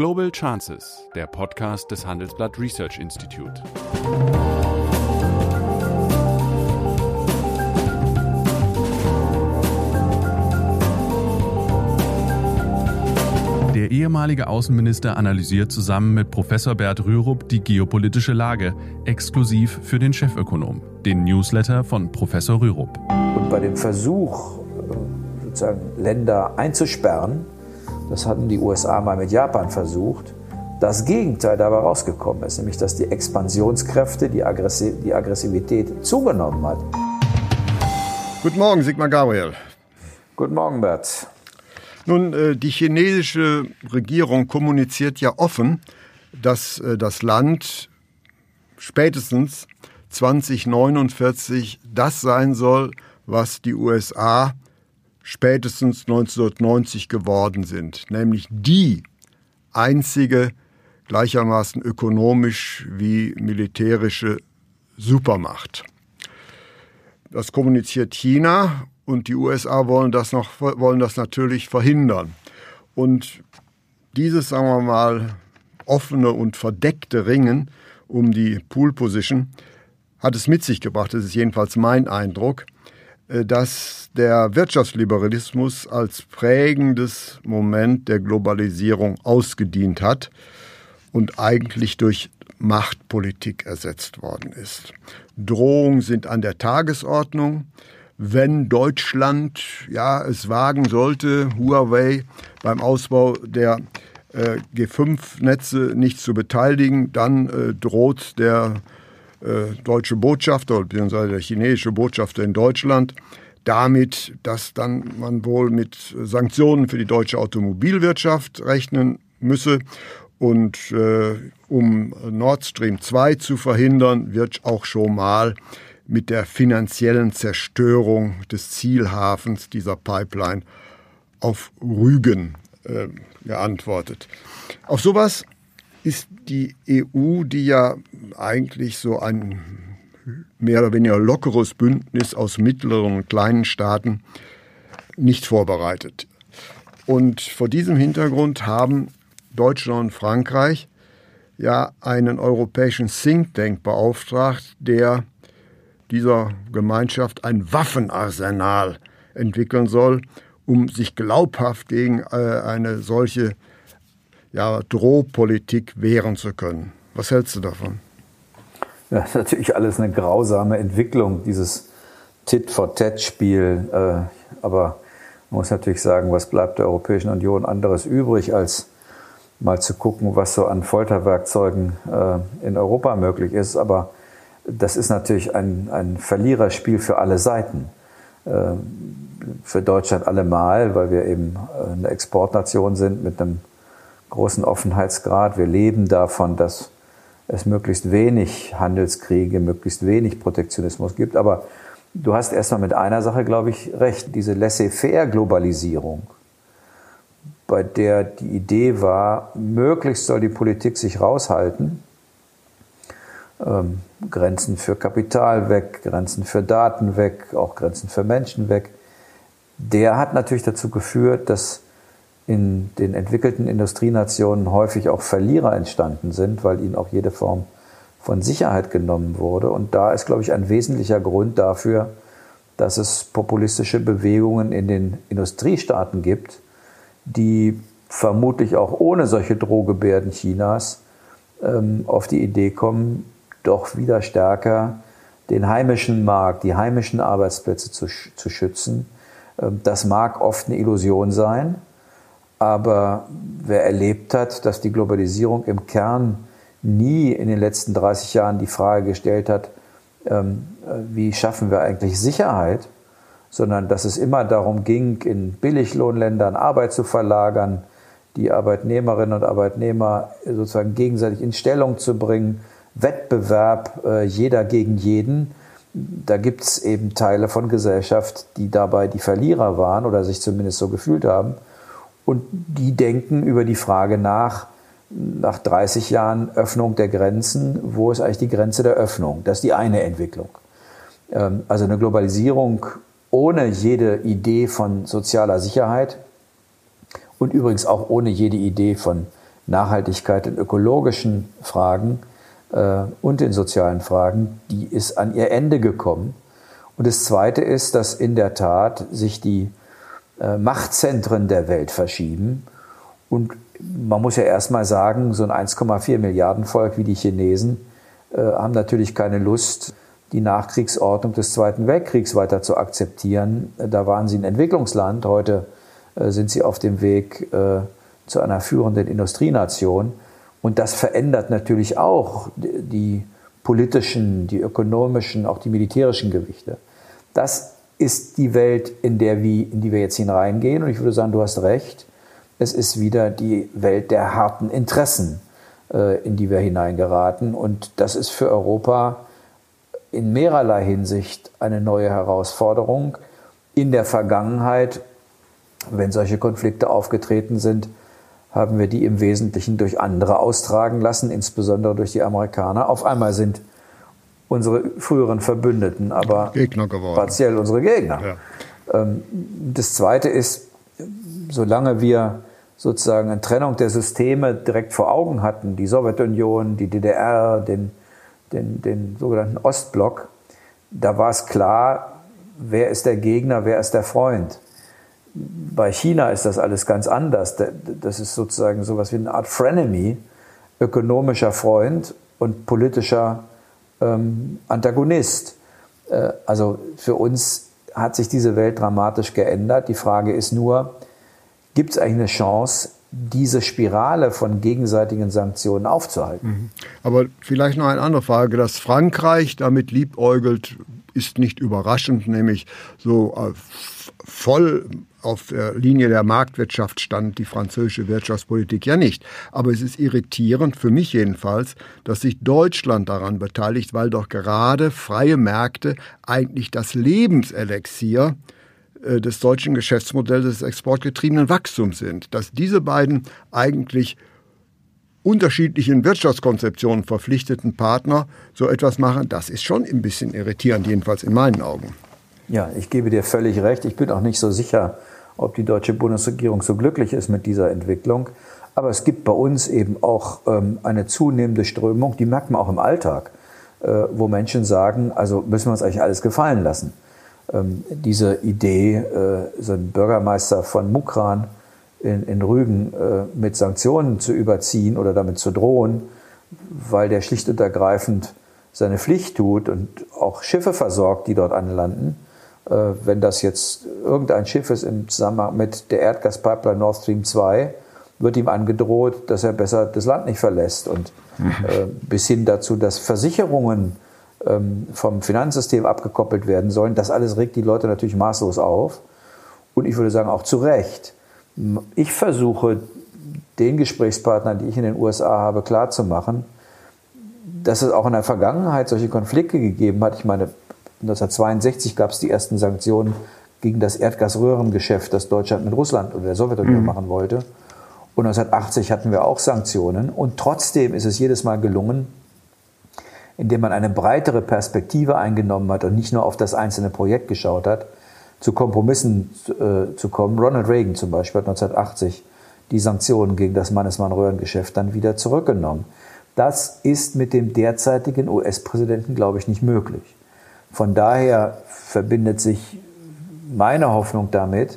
Global Chances, der Podcast des Handelsblatt Research Institute. Der ehemalige Außenminister analysiert zusammen mit Professor Bert Rürup die geopolitische Lage, exklusiv für den Chefökonom, den Newsletter von Professor Rürup. Und bei dem Versuch, sozusagen Länder einzusperren, das hatten die USA mal mit Japan versucht, das Gegenteil dabei rausgekommen ist, nämlich dass die Expansionskräfte, die Aggressivität zugenommen hat. Guten Morgen, Sigmar Gabriel. Guten Morgen, Bert. Nun, die chinesische Regierung kommuniziert ja offen, dass das Land spätestens 2049 das sein soll, was die USA spätestens 1990 geworden sind, nämlich die einzige gleichermaßen ökonomisch wie militärische Supermacht. Das kommuniziert China. Und die USA wollen das natürlich verhindern. Und dieses, sagen wir mal, offene und verdeckte Ringen um die Pole Position hat es mit sich gebracht, das ist jedenfalls mein Eindruck, dass der Wirtschaftsliberalismus als prägendes Moment der Globalisierung ausgedient hat und eigentlich durch Machtpolitik ersetzt worden ist. Drohungen sind an der Tagesordnung. Wenn Deutschland es wagen sollte, Huawei beim Ausbau der G5-Netze nicht zu beteiligen, dann droht der deutsche Botschafter bzw. der chinesische Botschafter in Deutschland damit, dass dann man wohl mit Sanktionen für die deutsche Automobilwirtschaft rechnen müsse. Und um Nord Stream 2 zu verhindern, wird auch schon mal mit der finanziellen Zerstörung des Zielhafens dieser Pipeline auf Rügen geantwortet. Auf sowas ist die EU, die ja eigentlich so ein mehr oder weniger lockeres Bündnis aus mittleren und kleinen Staaten, nicht vorbereitet. Und vor diesem Hintergrund haben Deutschland und Frankreich ja einen europäischen Think Tank beauftragt, der dieser Gemeinschaft ein Waffenarsenal entwickeln soll, um sich glaubhaft gegen eine solche Drohpolitik wehren zu können. Was hältst du davon? Ja, das ist natürlich alles eine grausame Entwicklung, dieses Tit-for-Tat-Spiel. Aber man muss natürlich sagen, was bleibt der Europäischen Union anderes übrig, als mal zu gucken, was so an Folterwerkzeugen in Europa möglich ist. Aber das ist natürlich ein Verliererspiel für alle Seiten. Für Deutschland allemal, weil wir eben eine Exportnation sind mit einem großen Offenheitsgrad. Wir leben davon, dass es möglichst wenig Handelskriege, möglichst wenig Protektionismus gibt. Aber du hast erstmal mit einer Sache, glaube ich, recht. Diese Laissez-faire-Globalisierung, bei der die Idee war, möglichst soll die Politik sich raushalten, Grenzen für Kapital weg, Grenzen für Daten weg, auch Grenzen für Menschen weg. Der hat natürlich dazu geführt, dass in den entwickelten Industrienationen häufig auch Verlierer entstanden sind, weil ihnen auch jede Form von Sicherheit genommen wurde. Und da ist, glaube ich, ein wesentlicher Grund dafür, dass es populistische Bewegungen in den Industriestaaten gibt, die vermutlich auch ohne solche Drohgebärden Chinas auf die Idee kommen, doch wieder stärker den heimischen Markt, die heimischen Arbeitsplätze zu schützen. Das mag oft eine Illusion sein, aber wer erlebt hat, dass die Globalisierung im Kern nie in den letzten 30 Jahren die Frage gestellt hat, wie schaffen wir eigentlich Sicherheit, sondern dass es immer darum ging, in Billiglohnländern Arbeit zu verlagern, die Arbeitnehmerinnen und Arbeitnehmer sozusagen gegenseitig in Stellung zu bringen, Wettbewerb, jeder gegen jeden. Da gibt es eben Teile von Gesellschaft, die dabei die Verlierer waren oder sich zumindest so gefühlt haben. Und die denken über die Frage nach 30 Jahren Öffnung der Grenzen, wo ist eigentlich die Grenze der Öffnung? Das ist die eine Entwicklung. Also eine Globalisierung ohne jede Idee von sozialer Sicherheit und übrigens auch ohne jede Idee von Nachhaltigkeit in ökologischen Fragen und in sozialen Fragen, die ist an ihr Ende gekommen. Und das Zweite ist, dass in der Tat sich die Machtzentren der Welt verschieben. Und man muss ja erstmal sagen, so ein 1,4 Milliarden Volk wie die Chinesen haben natürlich keine Lust, die Nachkriegsordnung des Zweiten Weltkriegs weiter zu akzeptieren. Da waren sie ein Entwicklungsland, heute sind sie auf dem Weg zu einer führenden Industrienation. Und das verändert natürlich auch die politischen, die ökonomischen, auch die militärischen Gewichte. Das ist die Welt, in die wir jetzt hineingehen. Und ich würde sagen, du hast recht, es ist wieder die Welt der harten Interessen, in die wir hineingeraten. Und das ist für Europa in mehrerlei Hinsicht eine neue Herausforderung. In der Vergangenheit, wenn solche Konflikte aufgetreten sind, haben wir die im Wesentlichen durch andere austragen lassen, insbesondere durch die Amerikaner. Auf einmal sind unsere früheren Verbündeten aber Gegner geworden. Partiell unsere Gegner. Ja. Das Zweite ist, solange wir sozusagen eine Trennung der Systeme direkt vor Augen hatten, die Sowjetunion, die DDR, den sogenannten Ostblock, da war es klar, wer ist der Gegner, wer ist der Freund. Bei China ist das alles ganz anders. Das ist sozusagen sowas wie eine Art Frenemy, ökonomischer Freund und politischer Antagonist. Also für uns hat sich diese Welt dramatisch geändert. Die Frage ist nur, gibt es eigentlich eine Chance, diese Spirale von gegenseitigen Sanktionen aufzuhalten? Aber vielleicht noch eine andere Frage, dass Frankreich damit liebäugelt, ist nicht überraschend, nämlich so voll auf der Linie der Marktwirtschaft stand die französische Wirtschaftspolitik ja nicht. Aber es ist irritierend, für mich jedenfalls, dass sich Deutschland daran beteiligt, weil doch gerade freie Märkte eigentlich das Lebenselixier des deutschen Geschäftsmodells des exportgetriebenen Wachstums sind. Dass diese beiden eigentlich unterschiedlichen Wirtschaftskonzeptionen verpflichteten Partner so etwas machen, das ist schon ein bisschen irritierend, jedenfalls in meinen Augen. Ja, ich gebe dir völlig recht. Ich bin auch nicht so sicher, ob die deutsche Bundesregierung so glücklich ist mit dieser Entwicklung. Aber es gibt bei uns eben auch eine zunehmende Strömung, die merkt man auch im Alltag, wo Menschen sagen, also müssen wir uns eigentlich alles gefallen lassen. Diese Idee, so einen Bürgermeister von Mukran in Rügen mit Sanktionen zu überziehen oder damit zu drohen, weil der schlicht und ergreifend seine Pflicht tut und auch Schiffe versorgt, die dort anlanden. Wenn das jetzt irgendein Schiff ist im Zusammenhang mit der Erdgaspipeline Nord Stream 2, wird ihm angedroht, dass er besser das Land nicht verlässt. Und bis hin dazu, dass Versicherungen vom Finanzsystem abgekoppelt werden sollen. Das alles regt die Leute natürlich maßlos auf. Und ich würde sagen, auch zu Recht. Ich versuche, den Gesprächspartnern, die ich in den USA habe, klarzumachen, dass es auch in der Vergangenheit solche Konflikte gegeben hat. Ich meine, 1962 gab es die ersten Sanktionen gegen das Erdgasröhrengeschäft, das Deutschland mit Russland oder der Sowjetunion machen wollte. Und 1980 hatten wir auch Sanktionen. Und trotzdem ist es jedes Mal gelungen, indem man eine breitere Perspektive eingenommen hat und nicht nur auf das einzelne Projekt geschaut hat, zu Kompromissen zu kommen. Ronald Reagan zum Beispiel hat 1980 die Sanktionen gegen das Mannesmann-Röhrengeschäft dann wieder zurückgenommen. Das ist mit dem derzeitigen US-Präsidenten, glaube ich, nicht möglich. Von daher verbindet sich meine Hoffnung damit,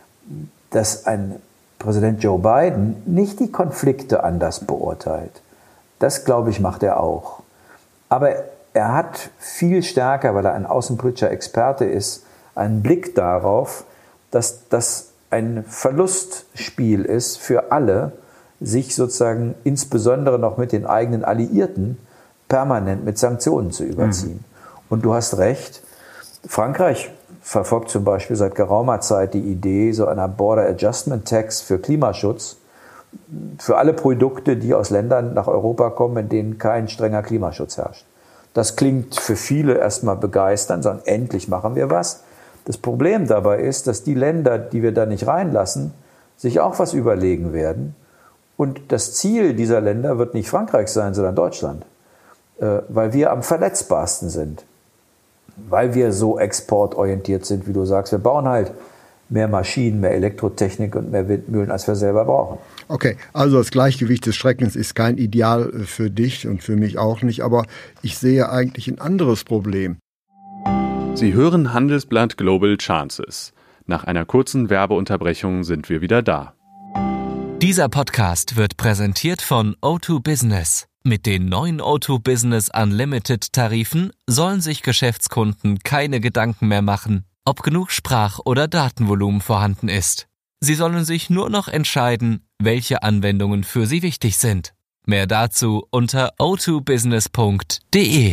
dass ein Präsident Joe Biden nicht die Konflikte anders beurteilt. Das, glaube ich, macht er auch. Aber er hat viel stärker, weil er ein außenpolitischer Experte ist, einen Blick darauf, dass das ein Verlustspiel ist für alle, sich sozusagen insbesondere noch mit den eigenen Alliierten permanent mit Sanktionen zu überziehen. Und du hast recht, Frankreich verfolgt zum Beispiel seit geraumer Zeit die Idee so einer Border Adjustment Tax für Klimaschutz, für alle Produkte, die aus Ländern nach Europa kommen, in denen kein strenger Klimaschutz herrscht. Das klingt für viele erstmal begeisternd, sondern endlich machen wir was. Das Problem dabei ist, dass die Länder, die wir da nicht reinlassen, sich auch was überlegen werden. Und das Ziel dieser Länder wird nicht Frankreich sein, sondern Deutschland. Weil wir am verletzbarsten sind. Weil wir so exportorientiert sind, wie du sagst. Wir bauen halt mehr Maschinen, mehr Elektrotechnik und mehr Windmühlen, als wir selber brauchen. Okay, also das Gleichgewicht des Schreckens ist kein Ideal für dich und für mich auch nicht, aber ich sehe eigentlich ein anderes Problem. Sie hören Handelsblatt Global Chances. Nach einer kurzen Werbeunterbrechung sind wir wieder da. Dieser Podcast wird präsentiert von O2 Business. Mit den neuen O2 Business Unlimited Tarifen sollen sich Geschäftskunden keine Gedanken mehr machen, ob genug Sprach- oder Datenvolumen vorhanden ist. Sie sollen sich nur noch entscheiden, welche Anwendungen für sie wichtig sind. Mehr dazu unter o2business.de.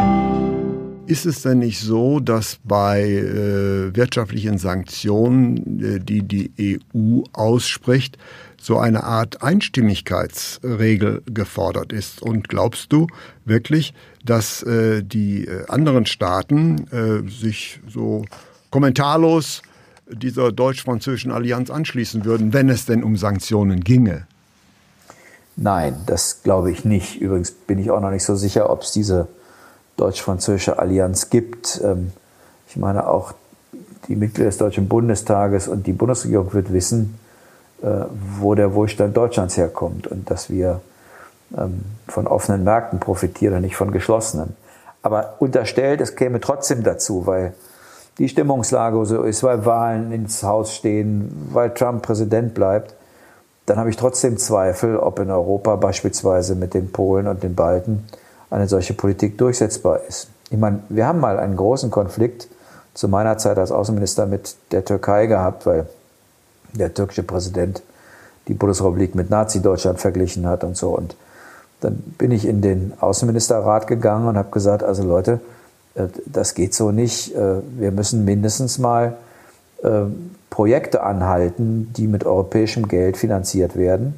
Ist es denn nicht so, dass bei wirtschaftlichen Sanktionen, die die EU ausspricht, so eine Art Einstimmigkeitsregel gefordert ist? Und glaubst du wirklich, dass die anderen Staaten sich so kommentarlos dieser deutsch-französischen Allianz anschließen würden, wenn es denn um Sanktionen ginge? Nein, das glaube ich nicht. Übrigens bin ich auch noch nicht so sicher, ob es diese deutsch-französische Allianz gibt. Ich meine, auch die Mitglieder des Deutschen Bundestages und die Bundesregierung wird wissen, wo der Wohlstand Deutschlands herkommt und dass wir von offenen Märkten profitieren und nicht von geschlossenen. Aber unterstellt, es käme trotzdem dazu, weil die Stimmungslage so ist, weil Wahlen ins Haus stehen, weil Trump Präsident bleibt, dann habe ich trotzdem Zweifel, ob in Europa beispielsweise mit den Polen und den Balten eine solche Politik durchsetzbar ist. Ich meine, wir haben mal einen großen Konflikt zu meiner Zeit als Außenminister mit der Türkei gehabt, weil der türkische Präsident die Bundesrepublik mit Nazi-Deutschland verglichen hat und so. Und dann bin ich in den Außenministerrat gegangen und habe gesagt, also Leute, das geht so nicht. Wir müssen mindestens mal Projekte anhalten, die mit europäischem Geld finanziert werden,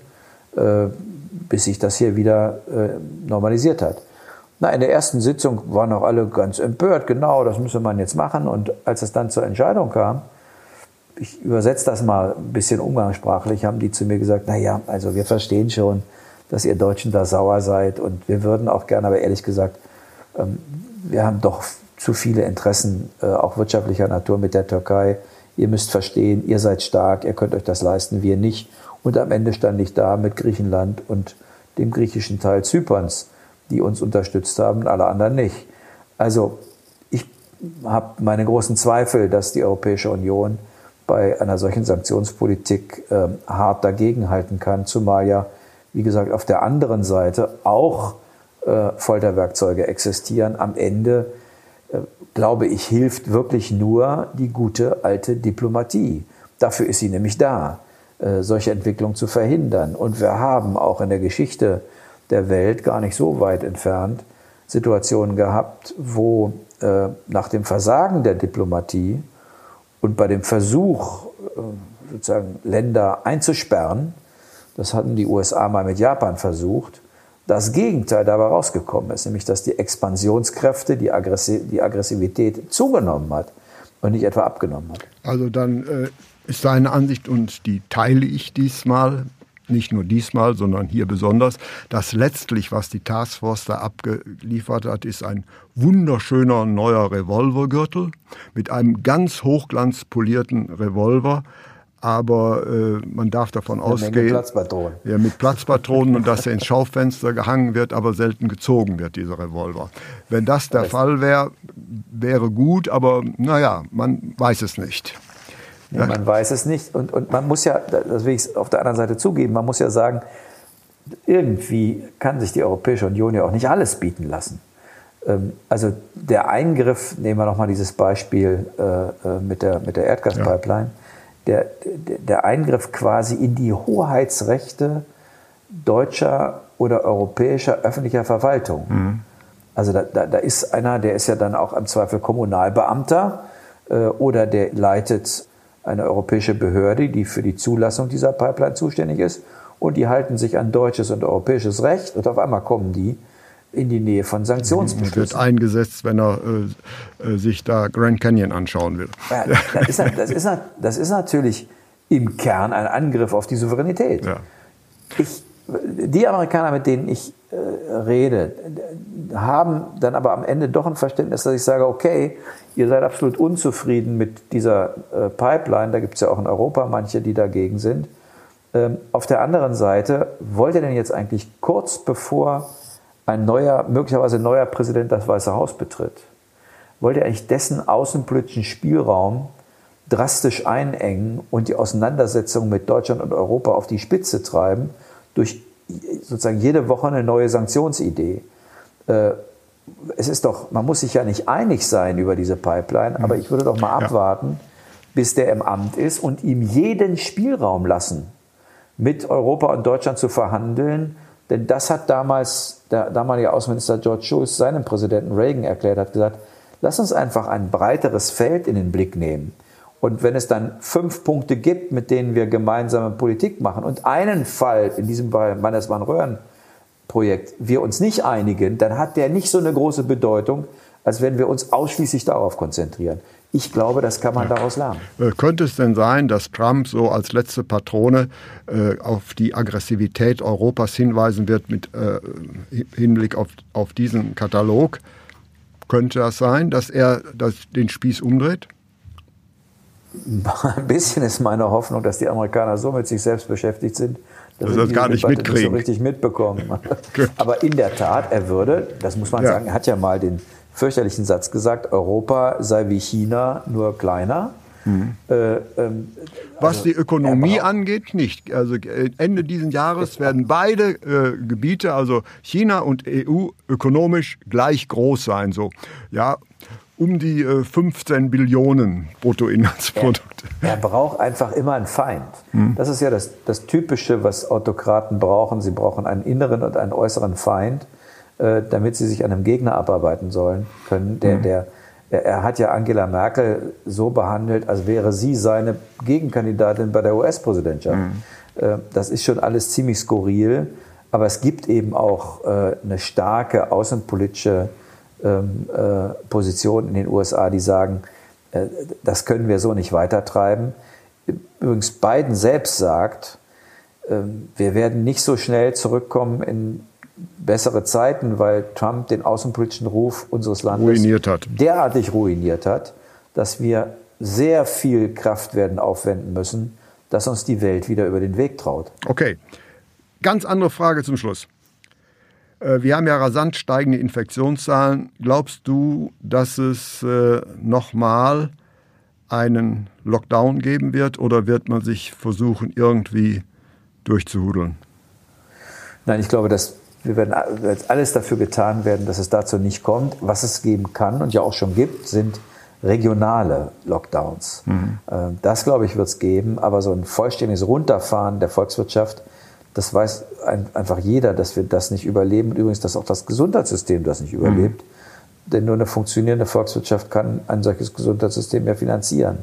bis sich das hier wieder normalisiert hat. Na, in der ersten Sitzung waren auch alle ganz empört, genau, das müsse man jetzt machen. Und als es dann zur Entscheidung kam, ich übersetze das mal ein bisschen umgangssprachlich, haben die zu mir gesagt, naja, also wir verstehen schon, dass ihr Deutschen da sauer seid und wir würden auch gerne, aber ehrlich gesagt, wir haben doch zu viele Interessen, auch wirtschaftlicher Natur mit der Türkei. Ihr müsst verstehen, ihr seid stark, ihr könnt euch das leisten, wir nicht. Und am Ende stand ich da mit Griechenland und dem griechischen Teil Zyperns, die uns unterstützt haben, alle anderen nicht. Also ich habe meine großen Zweifel, dass die Europäische Union bei einer solchen Sanktionspolitik hart dagegenhalten kann, zumal ja, wie gesagt, auf der anderen Seite auch Folterwerkzeuge existieren. Am Ende, glaube ich, hilft wirklich nur die gute alte Diplomatie. Dafür ist sie nämlich da, solche Entwicklungen zu verhindern. Und wir haben auch in der Geschichte der Welt gar nicht so weit entfernt Situationen gehabt, wo nach dem Versagen der Diplomatie und bei dem Versuch, sozusagen Länder einzusperren, das hatten die USA mal mit Japan versucht, das Gegenteil dabei rausgekommen ist, nämlich dass die Expansionskräfte, die Aggressivität zugenommen hat und nicht etwa abgenommen hat. Also dann ist deine Ansicht, und die teile ich diesmal, nicht nur diesmal, sondern hier besonders, dass letztlich, was die Taskforce da abgeliefert hat, ist ein wunderschöner neuer Revolvergürtel mit einem ganz hochglanzpolierten Revolver. Aber man darf davon ausgehen, mit Platzpatronen und dass er ins Schaufenster gehangen wird, aber selten gezogen wird, dieser Revolver. Wenn das der Fall wäre, wäre gut, aber naja, man weiß es nicht. Nee, ja. Man weiß es nicht und man muss ja, das will ich auf der anderen Seite zugeben, man muss ja sagen, irgendwie kann sich die Europäische Union ja auch nicht alles bieten lassen. Also der Eingriff, nehmen wir nochmal dieses Beispiel mit der Erdgaspipeline, der Eingriff quasi in die Hoheitsrechte deutscher oder europäischer öffentlicher Verwaltung. Mhm. Also da ist einer, der ist ja dann auch im Zweifel Kommunalbeamter oder der leitet eine europäische Behörde, die für die Zulassung dieser Pipeline zuständig ist, und die halten sich an deutsches und europäisches Recht und auf einmal kommen die in die Nähe von Sanktionsbeschlüssen. Wird eingesetzt, wenn er sich da Grand Canyon anschauen will. Ja, das ist natürlich im Kern ein Angriff auf die Souveränität. Ja. Die Amerikaner, mit denen ich rede, haben dann aber am Ende doch ein Verständnis, dass ich sage, okay, ihr seid absolut unzufrieden mit dieser Pipeline, da gibt es ja auch in Europa manche, die dagegen sind. Auf der anderen Seite, wollt ihr denn jetzt eigentlich kurz bevor ein möglicherweise neuer Präsident das Weiße Haus betritt, wollt ihr eigentlich dessen außenpolitischen Spielraum drastisch einengen und die Auseinandersetzung mit Deutschland und Europa auf die Spitze treiben, durch sozusagen jede Woche eine neue Sanktionsidee? Es ist doch, man muss sich ja nicht einig sein über diese Pipeline, aber ich würde doch mal abwarten, bis der im Amt ist und ihm jeden Spielraum lassen, mit Europa und Deutschland zu verhandeln. Denn das hat damals der damalige Außenminister George Shultz seinem Präsidenten Reagan erklärt, hat gesagt, lass uns einfach ein breiteres Feld in den Blick nehmen. Und wenn es dann 5 Punkte gibt, mit denen wir gemeinsame Politik machen und einen Fall, in diesem Fall Mannesmann-Röhren-Projekt, wir uns nicht einigen, dann hat der nicht so eine große Bedeutung, als wenn wir uns ausschließlich darauf konzentrieren. Ich glaube, das kann man daraus lernen. Könnte es denn sein, dass Trump so als letzte Patrone auf die Aggressivität Europas hinweisen wird mit Hinblick auf diesen Katalog? Könnte das sein, dass er den Spieß umdreht? Ein bisschen ist meine Hoffnung, dass die Amerikaner so mit sich selbst beschäftigt sind, dass sie das gar nicht mitkriegen. Nicht so richtig mitbekommen. Aber in der Tat, er würde, das muss man sagen, er hat ja mal den fürchterlichen Satz gesagt, Europa sei wie China, nur kleiner. Was die Ökonomie angeht, nicht. Also Ende dieses Jahres werden beide Gebiete, also China und EU, ökonomisch gleich groß sein. So, ja, um die 15 Billionen Bruttoinlandsprodukte. Er braucht einfach immer einen Feind. Das ist ja das Typische, was Autokraten brauchen. Sie brauchen einen inneren und einen äußeren Feind, damit sie sich an einem Gegner abarbeiten können. Er hat ja Angela Merkel so behandelt, als wäre sie seine Gegenkandidatin bei der US-Präsidentschaft. Das ist schon alles ziemlich skurril, aber es gibt eben auch eine starke außenpolitische Position in den USA, die sagen, das können wir so nicht weitertreiben. Übrigens Biden selbst sagt, wir werden nicht so schnell zurückkommen in bessere Zeiten, weil Trump den außenpolitischen Ruf unseres Landes derartig ruiniert hat, dass wir sehr viel Kraft werden aufwenden müssen, dass uns die Welt wieder über den Weg traut. Okay, ganz andere Frage zum Schluss. Wir haben ja rasant steigende Infektionszahlen. Glaubst du, dass es nochmal einen Lockdown geben wird oder wird man sich versuchen, irgendwie durchzuhudeln? Nein, ich glaube, dass wir werden alles dafür getan werden, dass es dazu nicht kommt. Was es geben kann und ja auch schon gibt, sind regionale Lockdowns. Das, glaube ich, wird es geben. Aber so ein vollständiges Runterfahren der Volkswirtschaft, das weiß einfach jeder, dass wir das nicht überleben. Und übrigens, dass auch das Gesundheitssystem das nicht überlebt. Denn nur eine funktionierende Volkswirtschaft kann ein solches Gesundheitssystem ja finanzieren.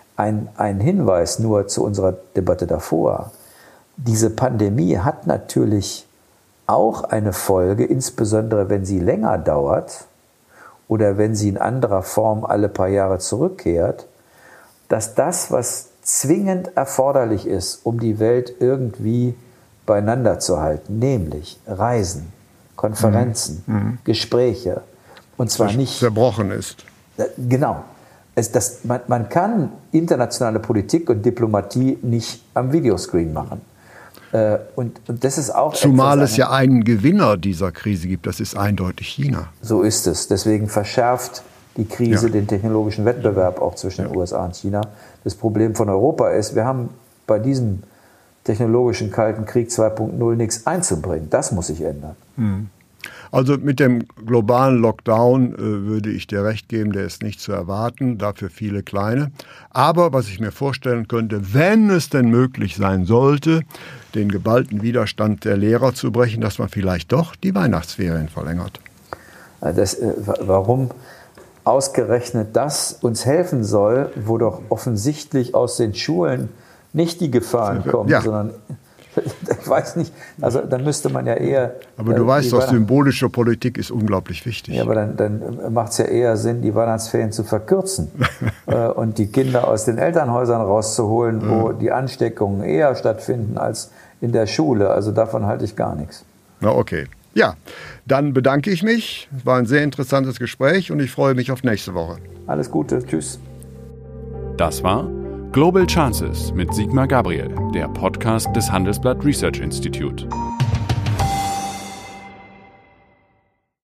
Ein Hinweis nur zu unserer Debatte davor. Diese Pandemie hat natürlich auch eine Folge, insbesondere wenn sie länger dauert oder wenn sie in anderer Form alle paar Jahre zurückkehrt, dass das, was zwingend erforderlich ist, um die Welt irgendwie beieinander zu halten, nämlich Reisen, Konferenzen, Gespräche, und zwar nicht zerbrochen ist. Genau. Man kann internationale Politik und Diplomatie nicht am Videoscreen machen. Und das ist auch zumal es ja einen Gewinner dieser Krise gibt, das ist eindeutig China. So ist es. Deswegen verschärft die Krise den technologischen Wettbewerb auch zwischen den USA und China. Das Problem von Europa ist, wir haben bei diesem technologischen Kalten Krieg 2.0 nichts einzubringen. Das muss sich ändern. Also mit dem globalen Lockdown würde ich dir recht geben, der ist nicht zu erwarten, dafür viele kleine. Aber was ich mir vorstellen könnte, wenn es denn möglich sein sollte, den geballten Widerstand der Lehrer zu brechen, dass man vielleicht doch die Weihnachtsferien verlängert. Warum ausgerechnet das uns helfen soll, wo doch offensichtlich aus den Schulen nicht die Gefahren kommen, sondern ich weiß nicht, also dann müsste man ja eher... Aber du weißt doch, symbolische Politik ist unglaublich wichtig. Ja, aber dann macht es ja eher Sinn, die Weihnachtsferien zu verkürzen und die Kinder aus den Elternhäusern rauszuholen, wo die Ansteckungen eher stattfinden als in der Schule. Also davon halte ich gar nichts. Na okay. Ja, dann bedanke ich mich. Es war ein sehr interessantes Gespräch und ich freue mich auf nächste Woche. Alles Gute, tschüss. Das war Global Chances mit Sigmar Gabriel, der Podcast des Handelsblatt Research Institute.